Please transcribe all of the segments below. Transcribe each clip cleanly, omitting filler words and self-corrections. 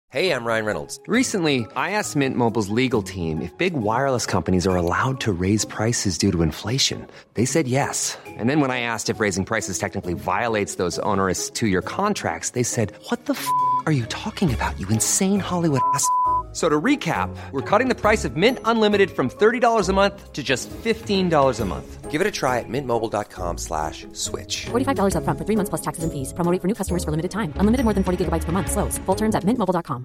Hey, I'm Ryan Reynolds. Recently, I asked Mint Mobile's legal team if big wireless companies are allowed to raise prices due to inflation. They said yes. And then when I asked if raising prices technically violates those onerous two-year contracts, they said, "What the f*** are you talking about, you insane Hollywood ass?" So to recap, we're cutting the price of Mint Unlimited from $30 a month to just $15 a month. Give it a try at mintmobile.com/switch. $45 up front for 3 months plus taxes and fees. Promo rate for new customers for limited time. Unlimited more than 40 gigabytes per month. Slows full terms at mintmobile.com.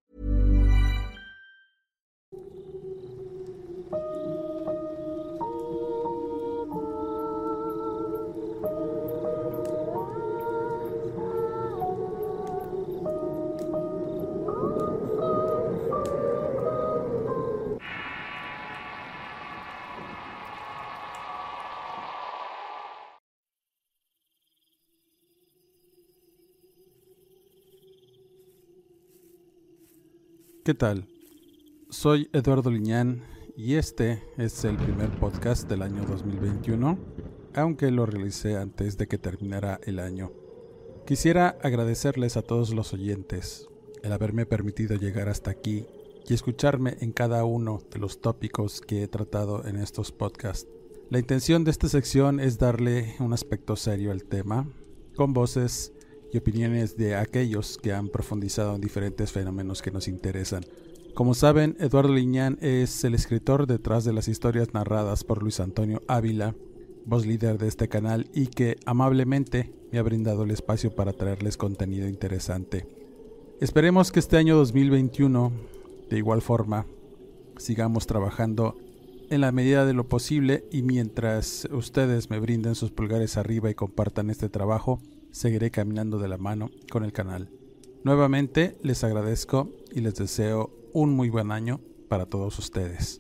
¿Qué tal? Soy Eduardo Liñán y este es el primer podcast del año 2021, aunque lo realicé antes de que terminara el año. Quisiera agradecerles a todos los oyentes el haberme permitido llegar hasta aquí y escucharme en cada uno de los tópicos que he tratado en estos podcasts. La intención de esta sección es darle un aspecto serio al tema, con voces y opiniones de aquellos que han profundizado en diferentes fenómenos que nos interesan. Como saben, Eduardo Liñán es el escritor detrás de las historias narradas por Luis Antonio Ávila, voz líder de este canal y que amablemente me ha brindado el espacio para traerles contenido interesante. Esperemos que este año 2021, de igual forma, sigamos trabajando en la medida de lo posible y mientras ustedes me brinden sus pulgares arriba y compartan este trabajo, seguiré caminando de la mano con el canal. Nuevamente les agradezco y les deseo un muy buen año para todos ustedes.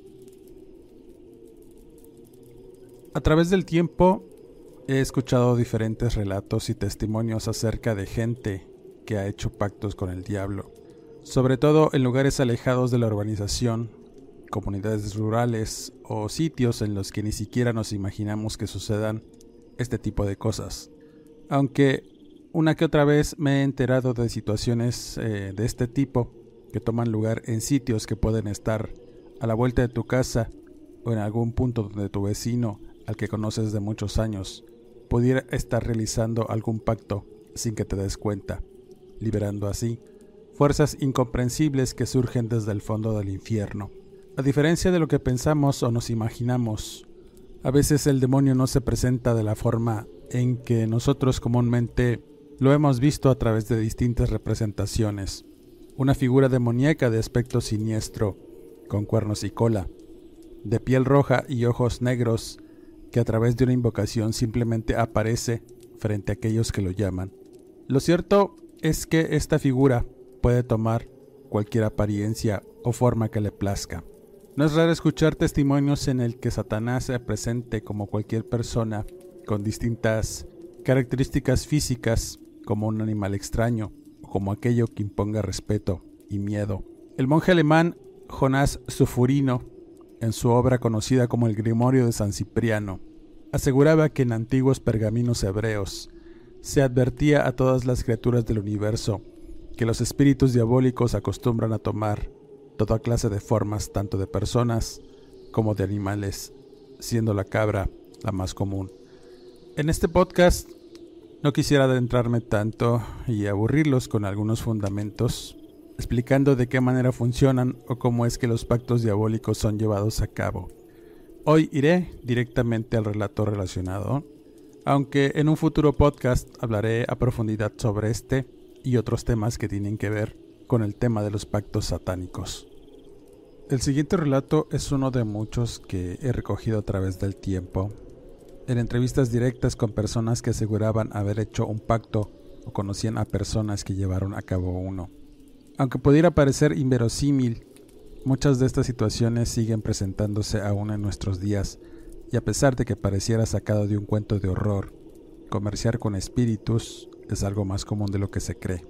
A través del tiempo he escuchado diferentes relatos y testimonios acerca de gente que ha hecho pactos con el diablo, sobre todo en lugares alejados de la urbanización, comunidades rurales o sitios en los que ni siquiera nos imaginamos que sucedan este tipo de cosas. Aunque una que otra vez me he enterado de situaciones de este tipo que toman lugar en sitios que pueden estar a la vuelta de tu casa o en algún punto donde tu vecino, al que conoces de muchos años, pudiera estar realizando algún pacto sin que te des cuenta, liberando así fuerzas incomprensibles que surgen desde el fondo del infierno. A diferencia de lo que pensamos o nos imaginamos, a veces el demonio no se presenta de la forma en que nosotros comúnmente lo hemos visto a través de distintas representaciones. Una figura demoníaca de aspecto siniestro, con cuernos y cola, de piel roja y ojos negros, que a través de una invocación simplemente aparece frente a aquellos que lo llaman. Lo cierto es que esta figura puede tomar cualquier apariencia o forma que le plazca. No es raro escuchar testimonios en el que Satanás se presente como cualquier persona con distintas características físicas, como un animal extraño, o como aquello que imponga respeto y miedo. El monje alemán Jonás Sufurino, en su obra conocida como el Grimorio de San Cipriano, aseguraba que en antiguos pergaminos hebreos se advertía a todas las criaturas del universo que los espíritus diabólicos acostumbran a tomar toda clase de formas, tanto de personas como de animales, siendo la cabra la más común. En este podcast no quisiera adentrarme tanto y aburrirlos con algunos fundamentos, explicando de qué manera funcionan o cómo es que los pactos diabólicos son llevados a cabo. Hoy iré directamente al relato relacionado, aunque en un futuro podcast hablaré a profundidad sobre este y otros temas que tienen que ver con el tema de los pactos satánicos. El siguiente relato es uno de muchos que he recogido a través del tiempo, en entrevistas directas con personas que aseguraban haber hecho un pacto o conocían a personas que llevaron a cabo uno. Aunque pudiera parecer inverosímil, muchas de estas situaciones siguen presentándose aún en nuestros días, y a pesar de que pareciera sacado de un cuento de horror, comerciar con espíritus es algo más común de lo que se cree.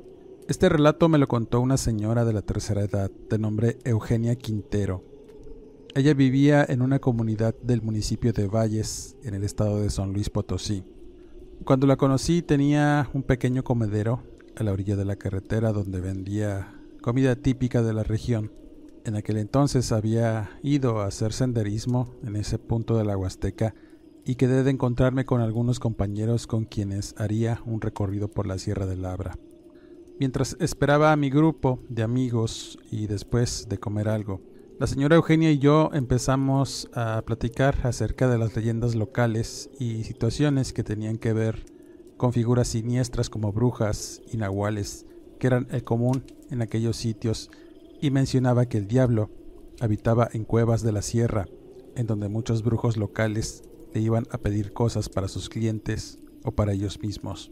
Este relato me lo contó una señora de la tercera edad de nombre Eugenia Quintero. Ella vivía en una comunidad del municipio de Valles, en el estado de San Luis Potosí. Cuando la conocí tenía un pequeño comedero a la orilla de la carretera donde vendía comida típica de la región. En aquel entonces había ido a hacer senderismo en ese punto de la Huasteca y quedé de encontrarme con algunos compañeros con quienes haría un recorrido por la Sierra de Labra. Mientras esperaba a mi grupo de amigos y después de comer algo, la señora Eugenia y yo empezamos a platicar acerca de las leyendas locales y situaciones que tenían que ver con figuras siniestras como brujas y nahuales, que eran el común en aquellos sitios, y mencionaba que el diablo habitaba en cuevas de la sierra, en donde muchos brujos locales le iban a pedir cosas para sus clientes o para ellos mismos.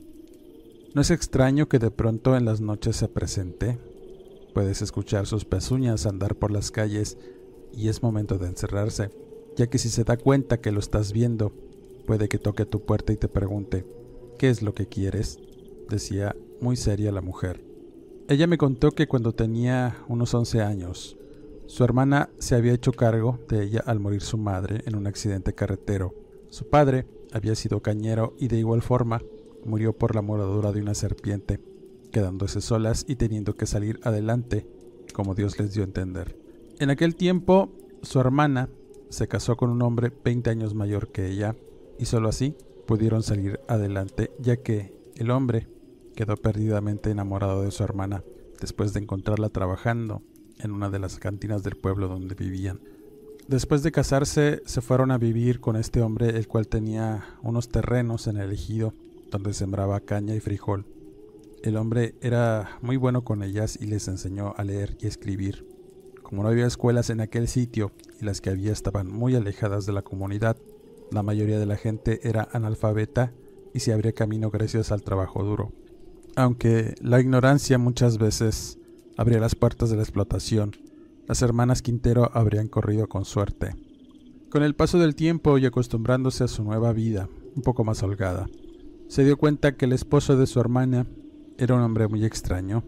No es extraño que de pronto en las noches se presente. Puedes escuchar sus pezuñas andar por las calles y es momento de encerrarse, ya que si se da cuenta que lo estás viendo, puede que toque a tu puerta y te pregunte, ¿qué es lo que quieres?, decía muy seria la mujer. Ella me contó que cuando tenía unos 11 años, su hermana se había hecho cargo de ella al morir su madre en un accidente carretero. Su padre había sido cañero y de igual forma murió por la mordedura de una serpiente, quedándose solas y teniendo que salir adelante, como Dios les dio a entender. En aquel tiempo, su hermana se casó con un hombre 20 años mayor que ella, y solo así pudieron salir adelante, ya que el hombre quedó perdidamente enamorado de su hermana después de encontrarla trabajando en una de las cantinas del pueblo donde vivían. Después de casarse, se fueron a vivir con este hombre, el cual tenía unos terrenos en el ejido donde sembraba caña y frijol. El hombre era muy bueno con ellas y les enseñó a leer y escribir. Como no había escuelas en aquel sitio y las que había estaban muy alejadas de la comunidad, la mayoría de la gente era analfabeta y se abría camino gracias al trabajo duro. Aunque la ignorancia muchas veces abría las puertas de la explotación, las hermanas Quintero habrían corrido con suerte. Con el paso del tiempo y acostumbrándose a su nueva vida, un poco más holgada, se dio cuenta que el esposo de su hermana era un hombre muy extraño.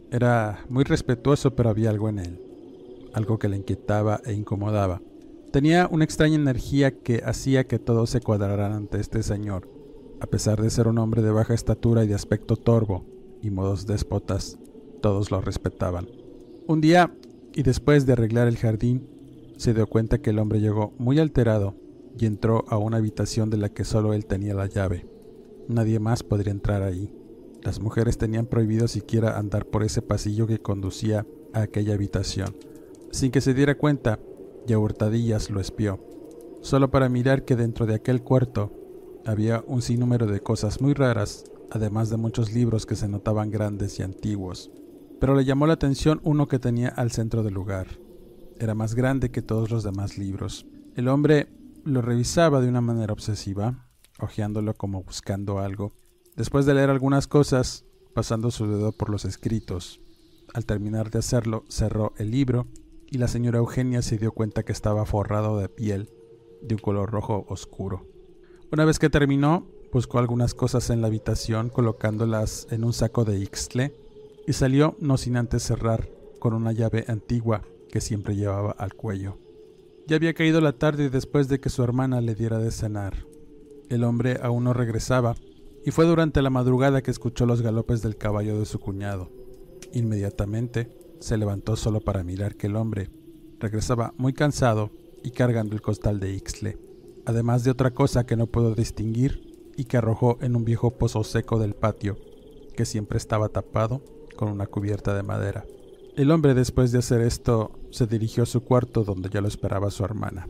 Era muy respetuoso, pero había algo en él, algo que le inquietaba e incomodaba. Tenía una extraña energía que hacía que todos se cuadraran ante este señor. A pesar de ser un hombre de baja estatura y de aspecto torvo y modos déspotas, todos lo respetaban. Un día, y después de arreglar el jardín, se dio cuenta que el hombre llegó muy alterado y entró a una habitación de la que solo él tenía la llave. Nadie más podría entrar ahí. Las mujeres tenían prohibido siquiera andar por ese pasillo que conducía a aquella habitación. Sin que se diera cuenta, y a hurtadillas lo espió, solo para mirar que dentro de aquel cuarto había un sinnúmero de cosas muy raras, además de muchos libros que se notaban grandes y antiguos. Pero le llamó la atención uno que tenía al centro del lugar. Era más grande que todos los demás libros. El hombre lo revisaba de una manera obsesiva, hojeándolo como buscando algo. Después de leer algunas cosas, pasando su dedo por los escritos. Al terminar de hacerlo, cerró el libro y la señora Eugenia se dio cuenta que estaba forrado de piel de un color rojo oscuro. Una vez que terminó, buscó algunas cosas en la habitación colocándolas en un saco de ixtle y salió no sin antes cerrar con una llave antigua que siempre llevaba al cuello. Ya había caído la tarde después de que su hermana le diera de cenar. El hombre aún no regresaba y fue durante la madrugada que escuchó los galopes del caballo de su cuñado. Inmediatamente se levantó solo para mirar que el hombre regresaba muy cansado y cargando el costal de ixtle, además de otra cosa que no pudo distinguir y que arrojó en un viejo pozo seco del patio, que siempre estaba tapado con una cubierta de madera. El hombre, después de hacer esto, se dirigió a su cuarto donde ya lo esperaba su hermana.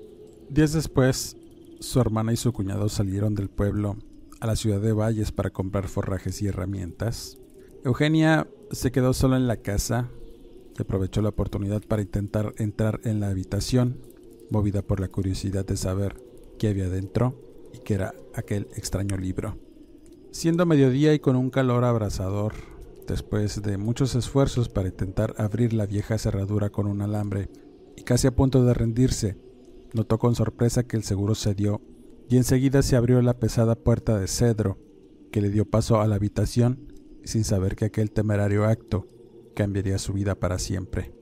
Días después, su hermana y su cuñado salieron del pueblo a la ciudad de Valles para comprar forrajes y herramientas. Eugenia se quedó sola en la casa y aprovechó la oportunidad para intentar entrar en la habitación, movida por la curiosidad de saber qué había dentro y qué era aquel extraño libro. Siendo mediodía y con un calor abrasador, después de muchos esfuerzos para intentar abrir la vieja cerradura con un alambre y casi a punto de rendirse, notó con sorpresa que el seguro cedió y enseguida se abrió la pesada puerta de cedro que le dio paso a la habitación sin saber que aquel temerario acto cambiaría su vida para siempre.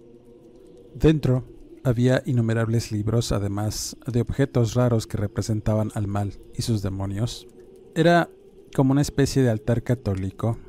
Dentro había innumerables libros, además de objetos raros que representaban al mal y sus demonios. Era como una especie de altar católico,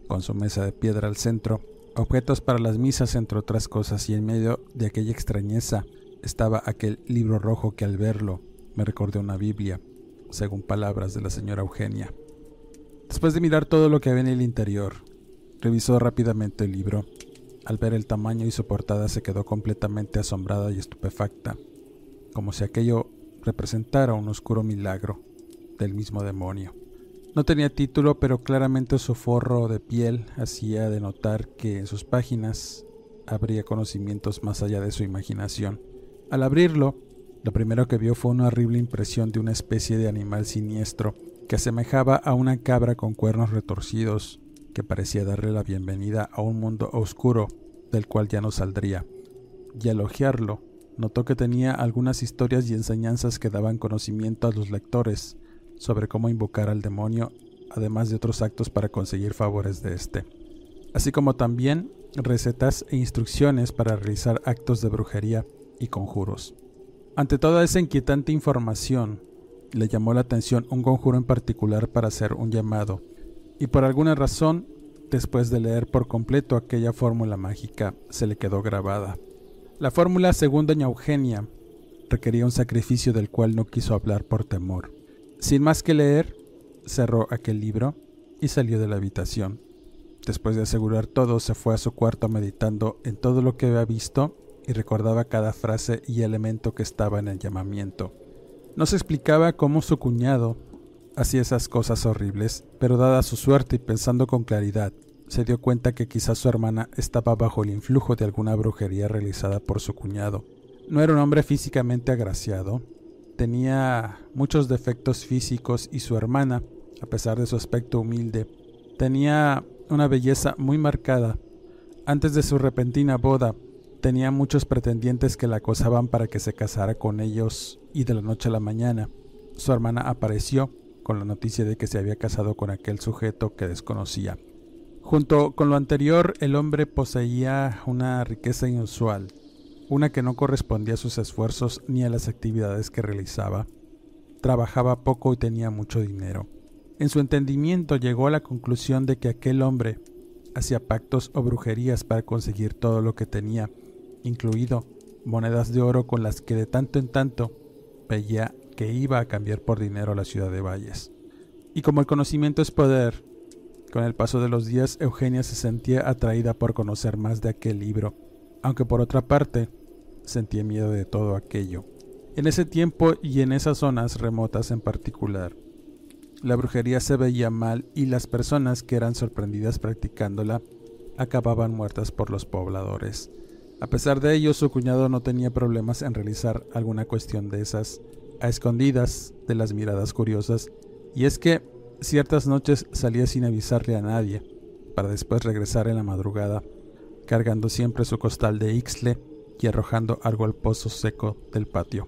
con su mesa de piedra al centro, objetos para las misas entre otras cosas, y en medio de aquella extrañeza estaba aquel libro rojo que al verlo me recordó una Biblia, según palabras de la señora Eugenia. Después de mirar todo lo que había en el interior, revisó rápidamente el libro. Al ver el tamaño y su portada se quedó completamente asombrada y estupefacta, como si aquello representara un oscuro milagro del mismo demonio. No tenía título, pero claramente su forro de piel hacía de notar que en sus páginas habría conocimientos más allá de su imaginación. Al abrirlo, lo primero que vio fue una horrible impresión de una especie de animal siniestro que asemejaba a una cabra con cuernos retorcidos, que parecía darle la bienvenida a un mundo oscuro del cual ya no saldría. Y al hojearlo, notó que tenía algunas historias y enseñanzas que daban conocimiento a los lectores sobre cómo invocar al demonio, además de otros actos para conseguir favores de éste, así como también recetas e instrucciones para realizar actos de brujería y conjuros. Ante toda esa inquietante información, le llamó la atención un conjuro en particular para hacer un llamado, y por alguna razón, después de leer por completo aquella fórmula mágica, se le quedó grabada. La fórmula, según doña Eugenia, requería un sacrificio del cual no quiso hablar por temor. Sin más que leer, cerró aquel libro y salió de la habitación. Después de asegurar todo, se fue a su cuarto meditando en todo lo que había visto y recordaba cada frase y elemento que estaba en el llamamiento. No se explicaba cómo su cuñado hacía esas cosas horribles, pero dada su suerte y pensando con claridad, se dio cuenta que quizás su hermana estaba bajo el influjo de alguna brujería realizada por su cuñado. No era un hombre físicamente agraciado, tenía muchos defectos físicos y su hermana, a pesar de su aspecto humilde, tenía una belleza muy marcada. Antes de su repentina boda, tenía muchos pretendientes que la acosaban para que se casara con ellos, y de la noche a la mañana, su hermana apareció con la noticia de que se había casado con aquel sujeto que desconocía. Junto con lo anterior, el hombre poseía una riqueza inusual, una que no correspondía a sus esfuerzos ni a las actividades que realizaba. Trabajaba poco y tenía mucho dinero. En su entendimiento llegó a la conclusión de que aquel hombre hacía pactos o brujerías para conseguir todo lo que tenía, incluido monedas de oro con las que de tanto en tanto veía que iba a cambiar por dinero a la ciudad de Valles. Y como el conocimiento es poder, con el paso de los días Eugenia se sentía atraída por conocer más de aquel libro, aunque por otra parte sentía miedo de todo aquello. En ese tiempo y en esas zonas remotas en particular, la brujería se veía mal y las personas que eran sorprendidas practicándola acababan muertas por los pobladores. A pesar de ello, su cuñado no tenía problemas en realizar alguna cuestión de esas, a escondidas de las miradas curiosas, y es que ciertas noches salía sin avisarle a nadie, para después regresar en la madrugada, cargando siempre su costal de ixtle y arrojando algo al pozo seco del patio.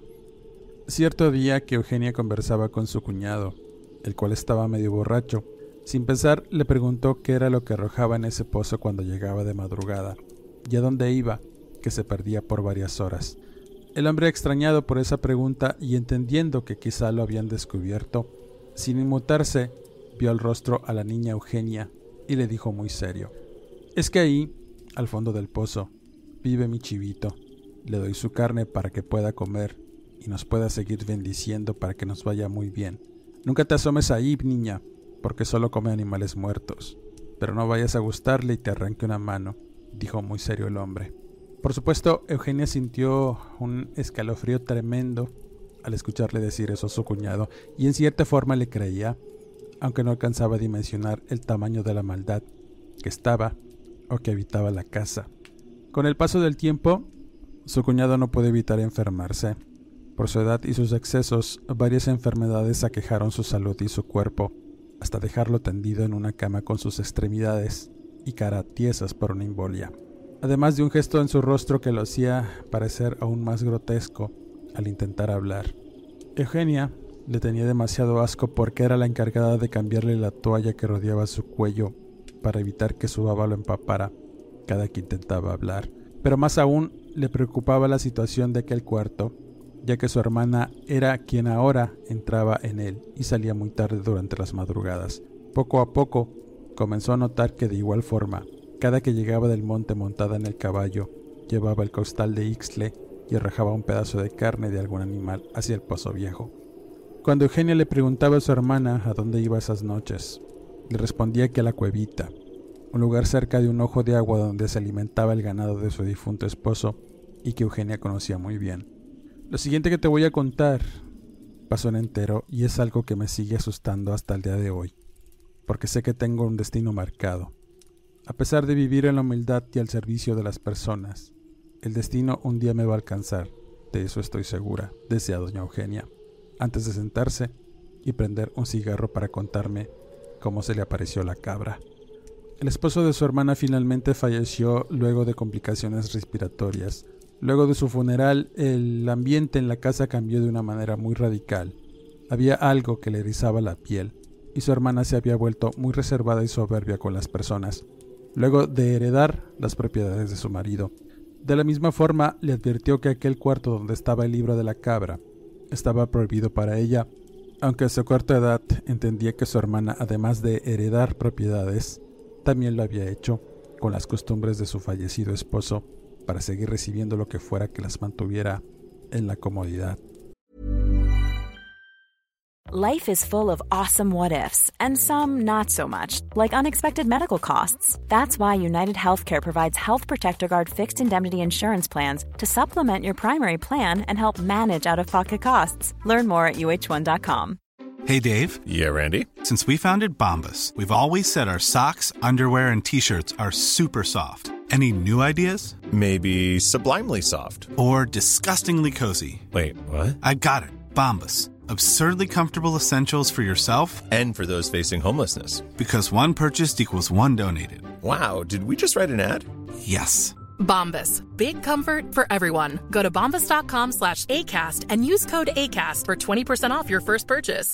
Cierto día que Eugenia conversaba con su cuñado, el cual estaba medio borracho, sin pensar le preguntó qué era lo que arrojaba en ese pozo cuando llegaba de madrugada, y a dónde iba, que se perdía por varias horas. El hombre, extrañado por esa pregunta y entendiendo que quizá lo habían descubierto, sin inmutarse, vio al rostro a la niña Eugenia y le dijo muy serio: «Es que ahí, al fondo del pozo, vive mi chivito. Le doy su carne para que pueda comer y nos pueda seguir bendiciendo para que nos vaya muy bien. Nunca te asomes ahí, niña, porque solo come animales muertos. Pero no vayas a gustarle y te arranque una mano», dijo muy serio el hombre. Por supuesto, Eugenia sintió un escalofrío tremendo al escucharle decir eso a su cuñado, y en cierta forma le creía, aunque no alcanzaba a dimensionar el tamaño de la maldad que estaba o que habitaba la casa. Con el paso del tiempo, su cuñado no pudo evitar enfermarse. Por su edad y sus excesos, varias enfermedades aquejaron su salud y su cuerpo, hasta dejarlo tendido en una cama con sus extremidades y cara tiesas por una embolia, además de un gesto en su rostro que lo hacía parecer aún más grotesco al intentar hablar. Eugenia le tenía demasiado asco porque era la encargada de cambiarle la toalla que rodeaba su cuello para evitar que su baba lo empapara cada que intentaba hablar. Pero más aún le preocupaba la situación de aquel cuarto, ya que su hermana era quien ahora entraba en él y salía muy tarde durante las madrugadas. Poco a poco comenzó a notar que de igual forma, cada que llegaba del monte montada en el caballo, llevaba el costal de Ixtle y arrojaba un pedazo de carne de algún animal hacia el pozo viejo. Cuando Eugenia le preguntaba a su hermana a dónde iba esas noches, le respondía que a la cuevita, un lugar cerca de un ojo de agua donde se alimentaba el ganado de su difunto esposo y que Eugenia conocía muy bien. Lo siguiente que te voy a contar pasó en entero y es algo que me sigue asustando hasta el día de hoy, porque sé que tengo un destino marcado. A pesar de vivir en la humildad y al servicio de las personas, el destino un día me va a alcanzar, de eso estoy segura, decía doña Eugenia, antes de sentarse y prender un cigarro para contarme cómo se le apareció la cabra. El esposo de su hermana finalmente falleció luego de complicaciones respiratorias. Luego de su funeral, el ambiente en la casa cambió de una manera muy radical. Había algo que le erizaba la piel, y su hermana se había vuelto muy reservada y soberbia con las personas, luego de heredar las propiedades de su marido. De la misma forma, le advirtió que aquel cuarto donde estaba el libro de la cabra estaba prohibido para ella, aunque a su corta edad entendía que su hermana, además de heredar propiedades, también lo había hecho con las costumbres de su fallecido esposo para seguir recibiendo lo que fuera que las mantuviera en la comodidad. Life is full of awesome what-ifs, and some not so much, like unexpected medical costs. That's why United Healthcare provides Health Protector Guard fixed indemnity insurance plans to supplement your primary plan and help manage out-of-pocket costs. Learn more at uh1.com. Hey, Dave. Yeah, Randy. Since we founded Bombas, we've always said our socks, underwear, and T-shirts are super soft. Any new ideas? Maybe sublimely soft. Or disgustingly cozy. Wait, what? I got it. Bombas. Absurdly comfortable essentials for yourself and for those facing homelessness. Because one purchased equals one donated. Wow, did we just write an ad? Yes. Bombas. Big comfort for everyone. Go to bombas.com/ACAST and use code ACAST for 20% off your first purchase.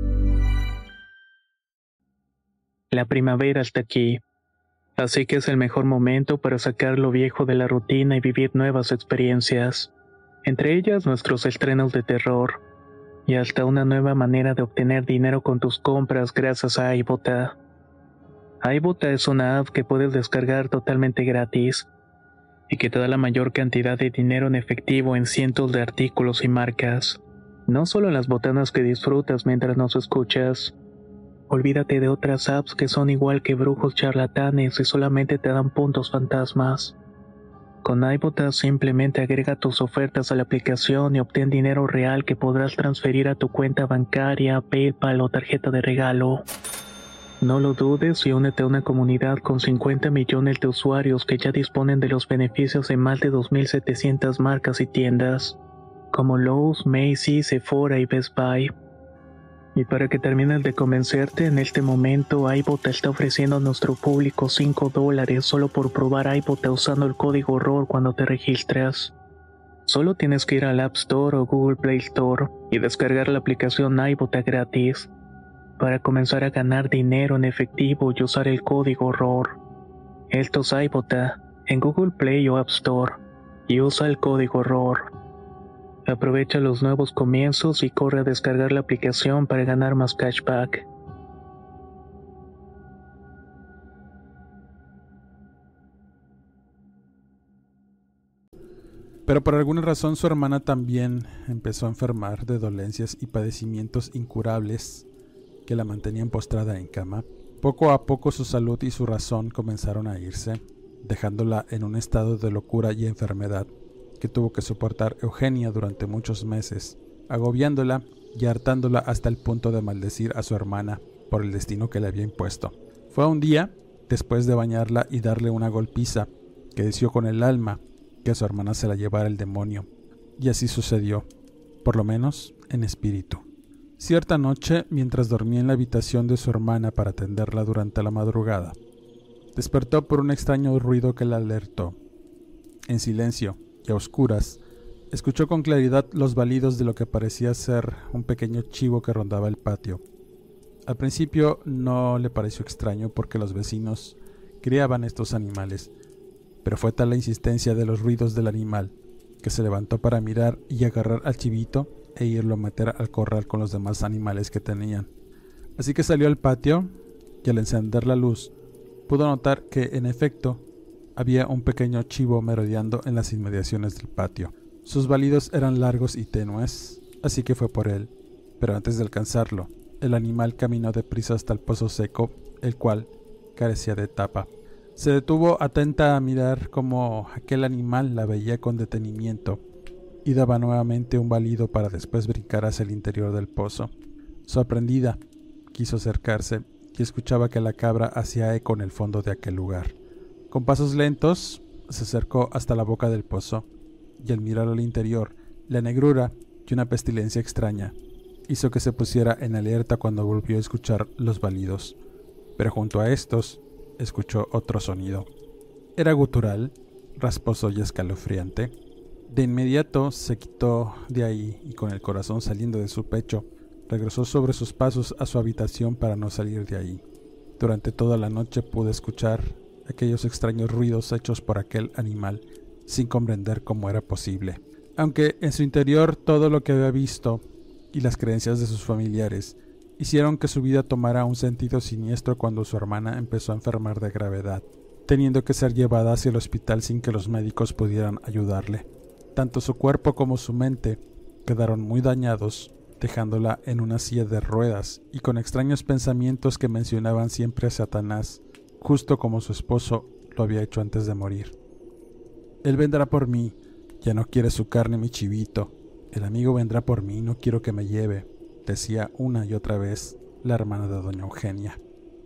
La primavera está aquí, así que es el mejor momento para sacar lo viejo de la rutina y vivir nuevas experiencias, entre ellas nuestros estrenos de terror, y hasta una nueva manera de obtener dinero con tus compras gracias a iBota. iBota es una app que puedes descargar totalmente gratis, y que te da la mayor cantidad de dinero en efectivo en cientos de artículos y marcas, no solo en las botanas que disfrutas mientras nos escuchas. Olvídate de otras apps que son igual que brujos charlatanes y solamente te dan puntos fantasmas. Con iBota simplemente agrega tus ofertas a la aplicación y obtén dinero real que podrás transferir a tu cuenta bancaria, PayPal o tarjeta de regalo. No lo dudes y únete a una comunidad con 50 millones de usuarios que ya disponen de los beneficios de más de 2.700 marcas y tiendas, como Lowe's, Macy's, Sephora y Best Buy. Y para que termines de convencerte, en este momento iBota está ofreciendo a nuestro público $5 solo por probar iBota usando el código ROR cuando te registras. Solo tienes que ir al App Store o Google Play Store y descargar la aplicación iBota gratis para comenzar a ganar dinero en efectivo y usar el código ROR. Esto es iBota en Google Play o App Store y usa el código ROR. Aprovecha los nuevos comienzos y corre a descargar la aplicación para ganar más cashback. Pero por alguna razón su hermana también empezó a enfermar de dolencias y padecimientos incurables que la mantenían postrada en cama. Poco a poco su salud y su razón comenzaron a irse, dejándola en un estado de locura y enfermedad que tuvo que soportar Eugenia durante muchos meses, agobiándola y hartándola hasta el punto de maldecir a su hermana por el destino que le había impuesto. Fue un día, después de bañarla y darle una golpiza, que deseó con el alma que a su hermana se la llevara el demonio, y así sucedió, por lo menos en espíritu. Cierta noche, mientras dormía en la habitación de su hermana para atenderla durante la madrugada, despertó por un extraño ruido que la alertó. En silencio y a oscuras, escuchó con claridad los balidos de lo que parecía ser un pequeño chivo que rondaba el patio. Al principio no le pareció extraño porque los vecinos criaban estos animales, pero fue tal la insistencia de los ruidos del animal que se levantó para mirar y agarrar al chivito e irlo a meter al corral con los demás animales que tenían. Así que salió al patio y al encender la luz pudo notar que, en efecto, había un pequeño chivo merodeando en las inmediaciones del patio. Sus balidos eran largos y tenues, así que fue por él, pero antes de alcanzarlo, el animal caminó deprisa hasta el pozo seco, el cual carecía de tapa. Se detuvo atenta a mirar cómo aquel animal la veía con detenimiento y daba nuevamente un balido para después brincar hacia el interior del pozo. Sorprendida, quiso acercarse y escuchaba que la cabra hacía eco en el fondo de aquel lugar. Con pasos lentos se acercó hasta la boca del pozo y al mirar al interior, la negrura y una pestilencia extraña hizo que se pusiera en alerta cuando volvió a escuchar los balidos. Pero junto a estos escuchó otro sonido. Era gutural, rasposo y escalofriante. De inmediato se quitó de ahí y con el corazón saliendo de su pecho, regresó sobre sus pasos a su habitación para no salir de ahí. Durante toda la noche pudo escuchar aquellos extraños ruidos hechos por aquel animal, sin comprender cómo era posible. Aunque en su interior todo lo que había visto y las creencias de sus familiares hicieron que su vida tomara un sentido siniestro cuando su hermana empezó a enfermar de gravedad, teniendo que ser llevada hacia el hospital sin que los médicos pudieran ayudarle. Tanto su cuerpo como su mente quedaron muy dañados, dejándola en una silla de ruedas y con extraños pensamientos que mencionaban siempre a Satanás, justo como su esposo lo había hecho antes de morir. Él vendrá por mí, ya no quiere su carne mi chivito. El amigo vendrá por mí, no quiero que me lleve, decía una y otra vez la hermana de doña Eugenia.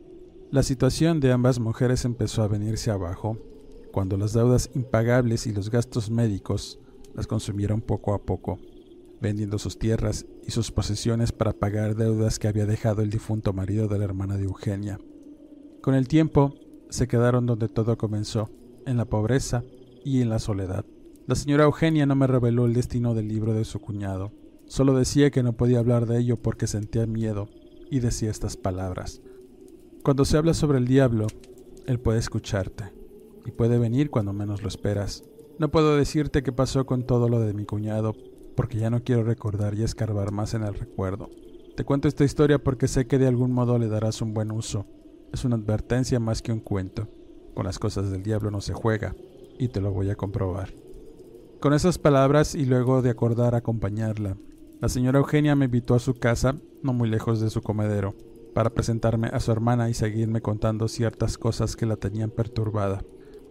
La situación de ambas mujeres empezó a venirse abajo cuando las deudas impagables y los gastos médicos las consumieron poco a poco, vendiendo sus tierras y sus posesiones para pagar deudas que había dejado el difunto marido de la hermana de Eugenia. Con el tiempo se quedaron donde todo comenzó, en la pobreza y en la soledad. La señora Eugenia no me reveló el destino del libro de su cuñado. Solo decía que no podía hablar de ello porque sentía miedo y decía estas palabras: cuando se habla sobre el diablo, él puede escucharte y puede venir cuando menos lo esperas. No puedo decirte qué pasó con todo lo de mi cuñado porque ya no quiero recordar y escarbar más en el recuerdo. Te cuento esta historia porque sé que de algún modo le darás un buen uso. Es una advertencia más que un cuento. Con las cosas del diablo no se juega, y te lo voy a comprobar. Con esas palabras y luego de acordar acompañarla, la señora Eugenia me invitó a su casa, no muy lejos de su comedero, para presentarme a su hermana y seguirme contando ciertas cosas que la tenían perturbada.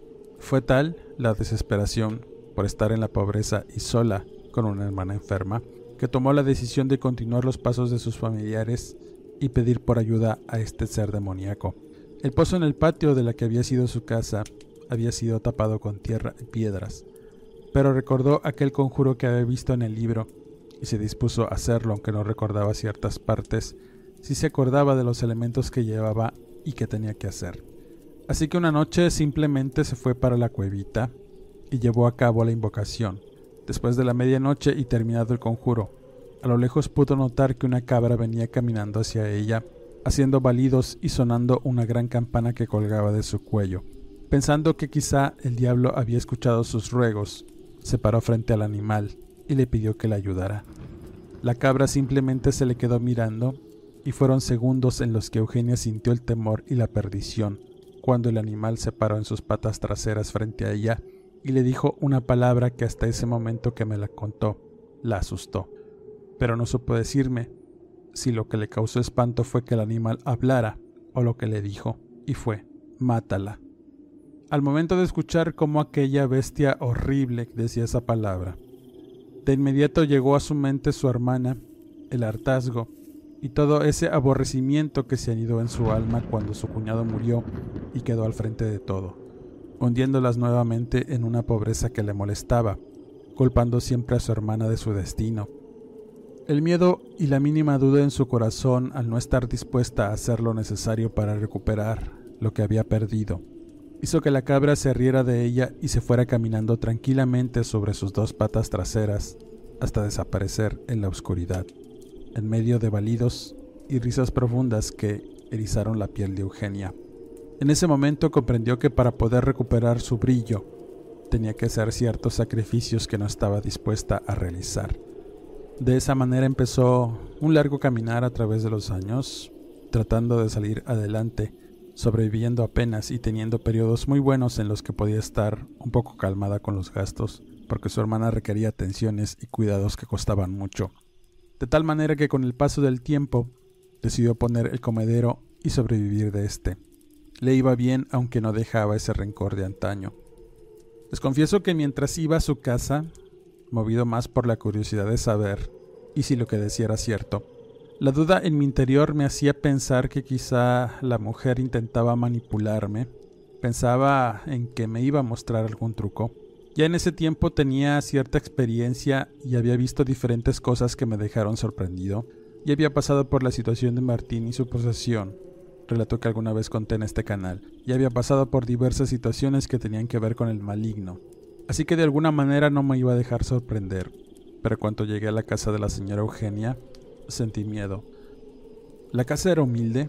Fue tal la desesperación por estar en la pobreza y sola con una hermana enferma, que tomó la decisión de continuar los pasos de sus familiares y pedir por ayuda a este ser demoníaco. El pozo en el patio de la que había sido su casa había sido tapado con tierra y piedras, pero recordó aquel conjuro que había visto en el libro y se dispuso a hacerlo, aunque no recordaba ciertas partes, sí se acordaba de los elementos que llevaba y que tenía que hacer. Así que una noche simplemente se fue para la cuevita y llevó a cabo la invocación. Después de la medianoche y terminado el conjuro, a lo lejos pudo notar que una cabra venía caminando hacia ella, haciendo balidos y sonando una gran campana que colgaba de su cuello. Pensando que quizá el diablo había escuchado sus ruegos, se paró frente al animal y le pidió que le ayudara. La cabra simplemente se le quedó mirando y fueron segundos en los que Eugenia sintió el temor y la perdición cuando el animal se paró en sus patas traseras frente a ella y le dijo una palabra que hasta ese momento que me la contó la asustó, pero no supo decirme si lo que le causó espanto fue que el animal hablara o lo que le dijo, y fue: mátala. Al momento de escuchar cómo aquella bestia horrible decía esa palabra, de inmediato llegó a su mente su hermana, el hartazgo y todo ese aborrecimiento que se anidó en su alma cuando su cuñado murió y quedó al frente de todo, hundiéndolas nuevamente en una pobreza que le molestaba, culpando siempre a su hermana de su destino. El miedo y la mínima duda en su corazón al no estar dispuesta a hacer lo necesario para recuperar lo que había perdido, hizo que la cabra se riera de ella y se fuera caminando tranquilamente sobre sus dos patas traseras hasta desaparecer en la oscuridad, en medio de balidos y risas profundas que erizaron la piel de Eugenia. En ese momento comprendió que para poder recuperar su brillo tenía que hacer ciertos sacrificios que no estaba dispuesta a realizar. De esa manera empezó un largo caminar a través de los años, tratando de salir adelante, sobreviviendo apenas y teniendo periodos muy buenos en los que podía estar un poco calmada con los gastos, porque su hermana requería atenciones y cuidados que costaban mucho. De tal manera que con el paso del tiempo decidió poner el comedero y sobrevivir de este. Le iba bien, aunque no dejaba ese rencor de antaño. Les confieso que mientras iba a su casa, movido más por la curiosidad de saber y si lo que decía era cierto, la duda en mi interior me hacía pensar que quizá la mujer intentaba manipularme. Pensaba en que me iba a mostrar algún truco. Ya en ese tiempo tenía cierta experiencia y había visto diferentes cosas que me dejaron sorprendido. Y había pasado por la situación de Martín y su posesión, relato que alguna vez conté en este canal, y había pasado por diversas situaciones que tenían que ver con el maligno. Así que de alguna manera no me iba a dejar sorprender. Pero cuando llegué a la casa de la señora Eugenia, sentí miedo. La casa era humilde,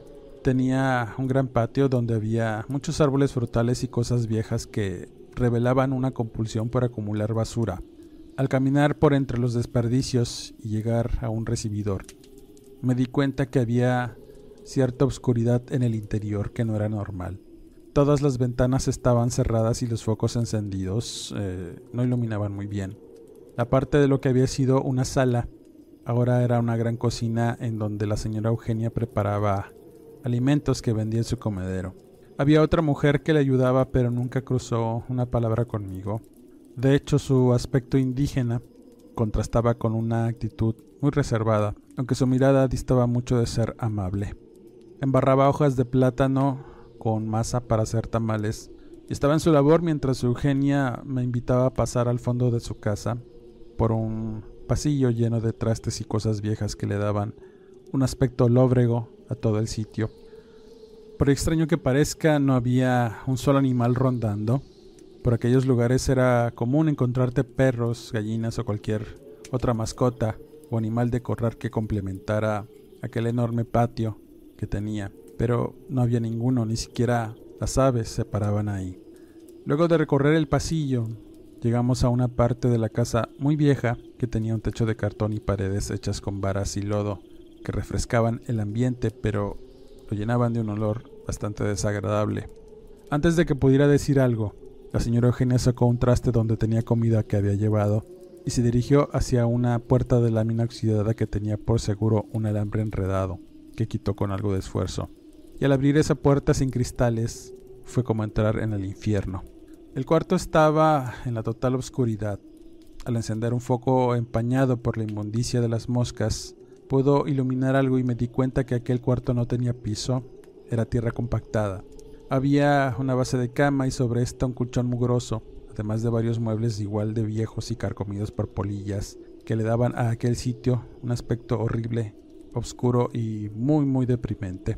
tenía un gran patio donde había muchos árboles frutales y cosas viejas que revelaban una compulsión por acumular basura. Al caminar por entre los desperdicios y llegar a un recibidor, me di cuenta que había cierta oscuridad en el interior que no era normal. Todas las ventanas estaban cerradas y los focos encendidos no iluminaban muy bien. La parte de lo que había sido una sala ahora era una gran cocina en donde la señora Eugenia preparaba alimentos que vendía en su comedero. Había otra mujer que le ayudaba, pero nunca cruzó una palabra conmigo. De hecho, su aspecto indígena contrastaba con una actitud muy reservada, aunque su mirada distaba mucho de ser amable. Embarraba hojas de plátano con masa para hacer tamales y estaba en su labor mientras Eugenia me invitaba a pasar al fondo de su casa por un pasillo lleno de trastes y cosas viejas que le daban un aspecto lóbrego a todo el sitio. Por extraño que parezca, no había un solo animal rondando. Por aquellos lugares era común encontrarte perros, gallinas o cualquier otra mascota o animal de corral que complementara aquel enorme patio que tenía, pero no había ninguno, ni siquiera las aves se paraban ahí. Luego de recorrer el pasillo, llegamos a una parte de la casa muy vieja que tenía un techo de cartón y paredes hechas con varas y lodo que refrescaban el ambiente, pero lo llenaban de un olor bastante desagradable. Antes de que pudiera decir algo, la señora Eugenia sacó un traste donde tenía comida que había llevado y se dirigió hacia una puerta de lámina oxidada que tenía por seguro un alambre enredado, que quitó con algo de esfuerzo. Y al abrir esa puerta sin cristales, fue como entrar en el infierno. El cuarto estaba en la total oscuridad. Al encender un foco empañado por la inmundicia de las moscas, pudo iluminar algo y me di cuenta que aquel cuarto no tenía piso, era tierra compactada. Había una base de cama y sobre esta un colchón mugroso, además de varios muebles igual de viejos y carcomidos por polillas, que le daban a aquel sitio un aspecto horrible, oscuro y muy deprimente.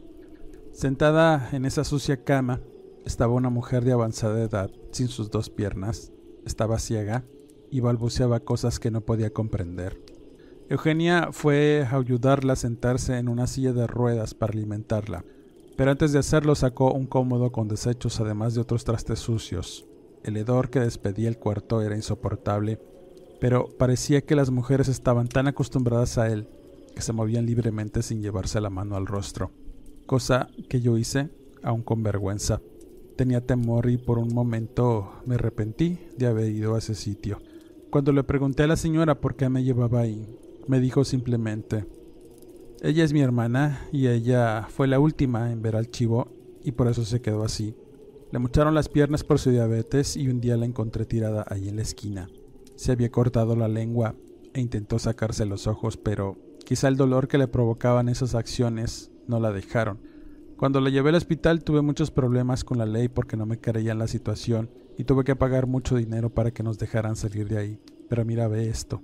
Sentada en esa sucia cama estaba una mujer de avanzada edad, sin sus dos piernas, estaba ciega y balbuceaba cosas que no podía comprender. Eugenia fue a ayudarla a sentarse en una silla de ruedas para alimentarla, pero antes de hacerlo sacó un cómodo con desechos además de otros trastes sucios. El hedor que despedía el cuarto era insoportable, pero parecía que las mujeres estaban tan acostumbradas a él que se movían libremente sin llevarse la mano al rostro, cosa que yo hice, aún con vergüenza. Tenía temor y por un momento me arrepentí de haber ido a ese sitio. Cuando le pregunté a la señora por qué me llevaba ahí, me dijo simplemente: ella es mi hermana y ella fue la última en ver al chivo y por eso se quedó así. Le mocharon las piernas por su diabetes y un día la encontré tirada ahí en la esquina. Se había cortado la lengua e intentó sacarse los ojos, pero quizá el dolor que le provocaban esas acciones no la dejaron. Cuando la llevé al hospital tuve muchos problemas con la ley porque no me creían la situación y tuve que pagar mucho dinero para que nos dejaran salir de ahí. Pero mira, ve esto.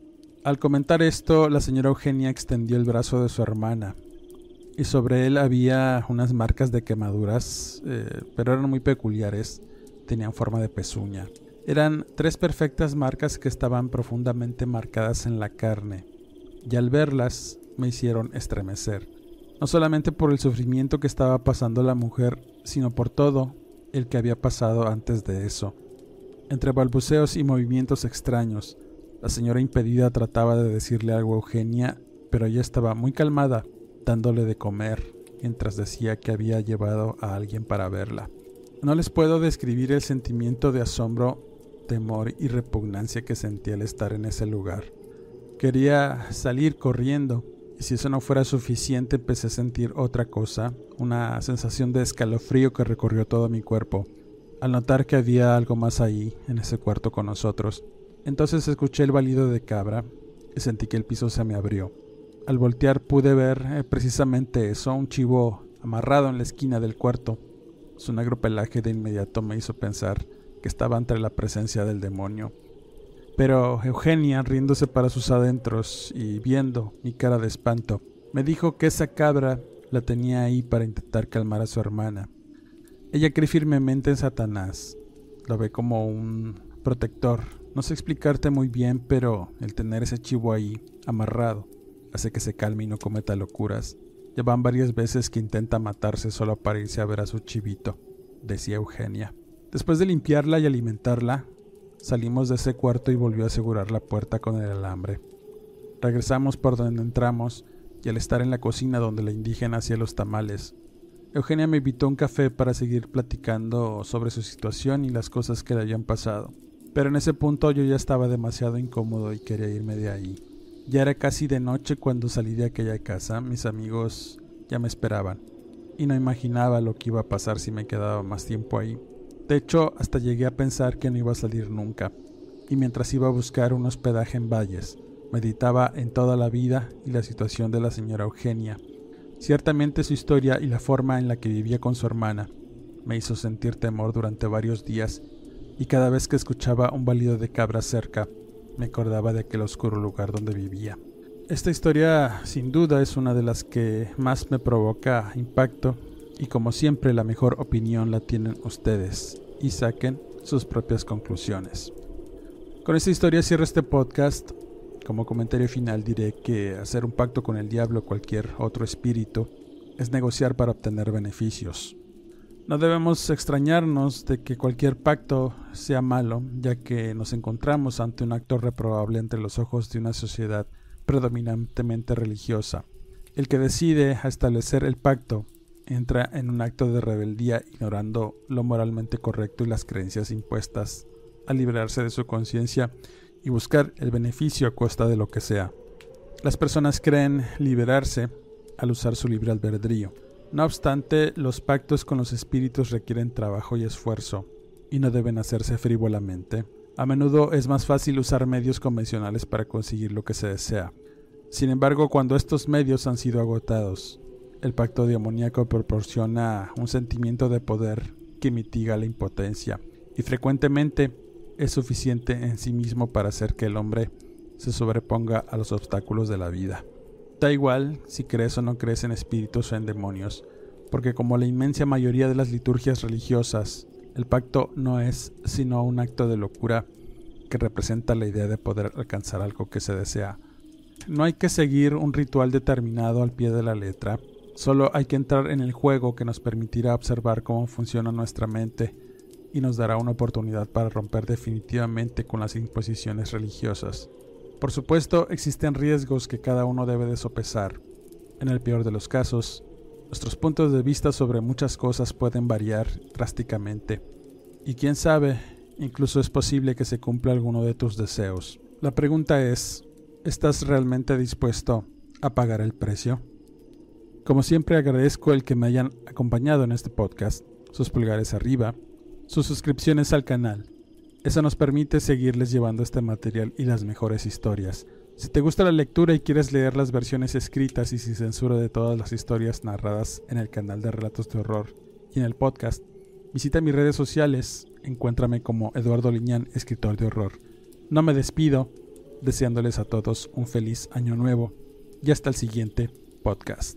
Al comentar esto, la señora Eugenia extendió el brazo de su hermana y sobre él había unas marcas de quemaduras, pero eran muy peculiares, tenían forma de pezuña. Eran 3 perfectas marcas que estaban profundamente marcadas en la carne y al verlas me hicieron estremecer. No solamente por el sufrimiento que estaba pasando la mujer, sino por todo el que había pasado antes de eso. Entre balbuceos y movimientos extraños, la señora impedida trataba de decirle algo a Eugenia, pero ella estaba muy calmada, dándole de comer mientras decía que había llevado a alguien para verla. No les puedo describir el sentimiento de asombro, temor y repugnancia que sentí al estar en ese lugar. Quería salir corriendo, y si eso no fuera suficiente empecé a sentir otra cosa, una sensación de escalofrío que recorrió todo mi cuerpo, al notar que había algo más ahí, en ese cuarto con nosotros. Entonces escuché el balido de cabra y sentí que el piso se me abrió. Al voltear pude ver precisamente eso, un chivo amarrado en la esquina del cuarto. Su negro pelaje de inmediato me hizo pensar que estaba ante la presencia del demonio. Pero Eugenia, riéndose para sus adentros y viendo mi cara de espanto, me dijo que esa cabra la tenía ahí para intentar calmar a su hermana. Ella cree firmemente en Satanás, lo ve como un protector. No sé explicarte muy bien, pero el tener ese chivo ahí, amarrado, hace que se calme y no cometa locuras. Ya van varias veces que intenta matarse solo para irse a ver a su chivito, decía Eugenia. Después de limpiarla y alimentarla, salimos de ese cuarto y volvió a asegurar la puerta con el alambre. Regresamos por donde entramos y al estar en la cocina donde la indígena hacía los tamales, Eugenia me invitó a un café para seguir platicando sobre su situación y las cosas que le habían pasado. Pero en ese punto yo ya estaba demasiado incómodo y quería irme de ahí. Ya era casi de noche cuando salí de aquella casa, mis amigos ya me esperaban y no imaginaba lo que iba a pasar si me quedaba más tiempo ahí. De hecho, hasta llegué a pensar que no iba a salir nunca, y mientras iba a buscar un hospedaje en Valles, meditaba en toda la vida y la situación de la señora Eugenia. Ciertamente su historia y la forma en la que vivía con su hermana me hizo sentir temor durante varios días, y cada vez que escuchaba un balido de cabra cerca, me acordaba de aquel oscuro lugar donde vivía. Esta historia, sin duda, es una de las que más me provoca impacto, y como siempre la mejor opinión la tienen ustedes y saquen sus propias conclusiones. Con esta historia cierro este podcast. Como comentario final diré que hacer un pacto con el diablo o cualquier otro espíritu es negociar para obtener beneficios. No debemos extrañarnos de que cualquier pacto sea malo, ya que nos encontramos ante un acto reprobable entre los ojos de una sociedad predominantemente religiosa. El que decide a establecer el pacto entra en un acto de rebeldía, ignorando lo moralmente correcto y las creencias impuestas, al liberarse de su conciencia y buscar el beneficio a costa de lo que sea. Las personas creen liberarse al usar su libre albedrío. No obstante, los pactos con los espíritus requieren trabajo y esfuerzo, y no deben hacerse frívolamente. A menudo es más fácil usar medios convencionales para conseguir lo que se desea. Sin embargo, cuando estos medios han sido agotados, el pacto demoníaco proporciona un sentimiento de poder que mitiga la impotencia, y frecuentemente es suficiente en sí mismo para hacer que el hombre se sobreponga a los obstáculos de la vida. Da igual si crees o no crees en espíritus o en demonios, porque como la inmensa mayoría de las liturgias religiosas, el pacto no es sino un acto de locura que representa la idea de poder alcanzar algo que se desea. No hay que seguir un ritual determinado al pie de la letra, solo hay que entrar en el juego que nos permitirá observar cómo funciona nuestra mente y nos dará una oportunidad para romper definitivamente con las imposiciones religiosas. Por supuesto, existen riesgos que cada uno debe de sopesar. En el peor de los casos, nuestros puntos de vista sobre muchas cosas pueden variar drásticamente. Y quién sabe, incluso es posible que se cumpla alguno de tus deseos. La pregunta es, ¿estás realmente dispuesto a pagar el precio? Como siempre agradezco el que me hayan acompañado en este podcast, sus pulgares arriba, sus suscripciones al canal. Eso nos permite seguirles llevando este material y las mejores historias. Si te gusta la lectura y quieres leer las versiones escritas y sin censura de todas las historias narradas en el canal de Relatos de Horror y en el podcast, visita mis redes sociales, encuéntrame como Eduardo Liñán, escritor de horror. No me despido, deseándoles a todos un feliz año nuevo y hasta el siguiente podcast.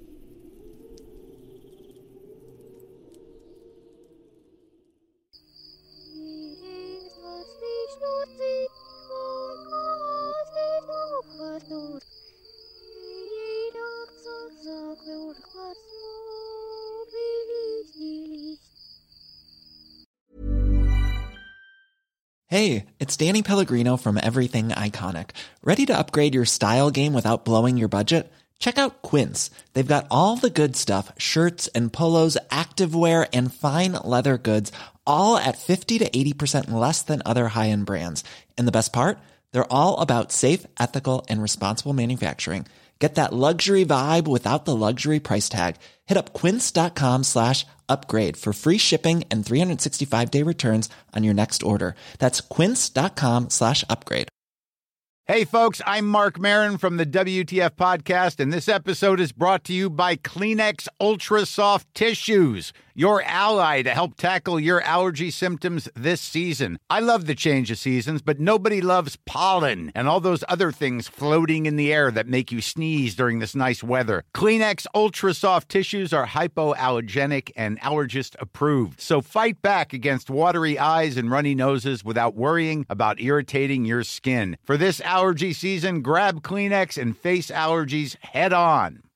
Hey, it's Danny Pellegrino from Everything Iconic. Ready to upgrade your style game without blowing your budget? Check out Quince. They've got all the good stuff, shirts and polos, activewear, and fine leather goods, all at 50 to 80% less than other high-end brands. And the best part? They're all about safe, ethical, and responsible manufacturing. Get that luxury vibe without the luxury price tag. Hit up quince.com/upgrade for free shipping and 365-day returns on your next order. That's quince.com/upgrade. Hey folks, I'm Mark Maron from the WTF Podcast, and this episode is brought to you by Kleenex Ultra Soft Tissues, your ally to help tackle your allergy symptoms this season. I love the change of seasons, but nobody loves pollen and all those other things floating in the air that make you sneeze during this nice weather. Kleenex Ultra Soft Tissues are hypoallergenic and allergist approved, so fight back against watery eyes and runny noses without worrying about irritating your skin. For this allergy season, grab Kleenex and face allergies head on.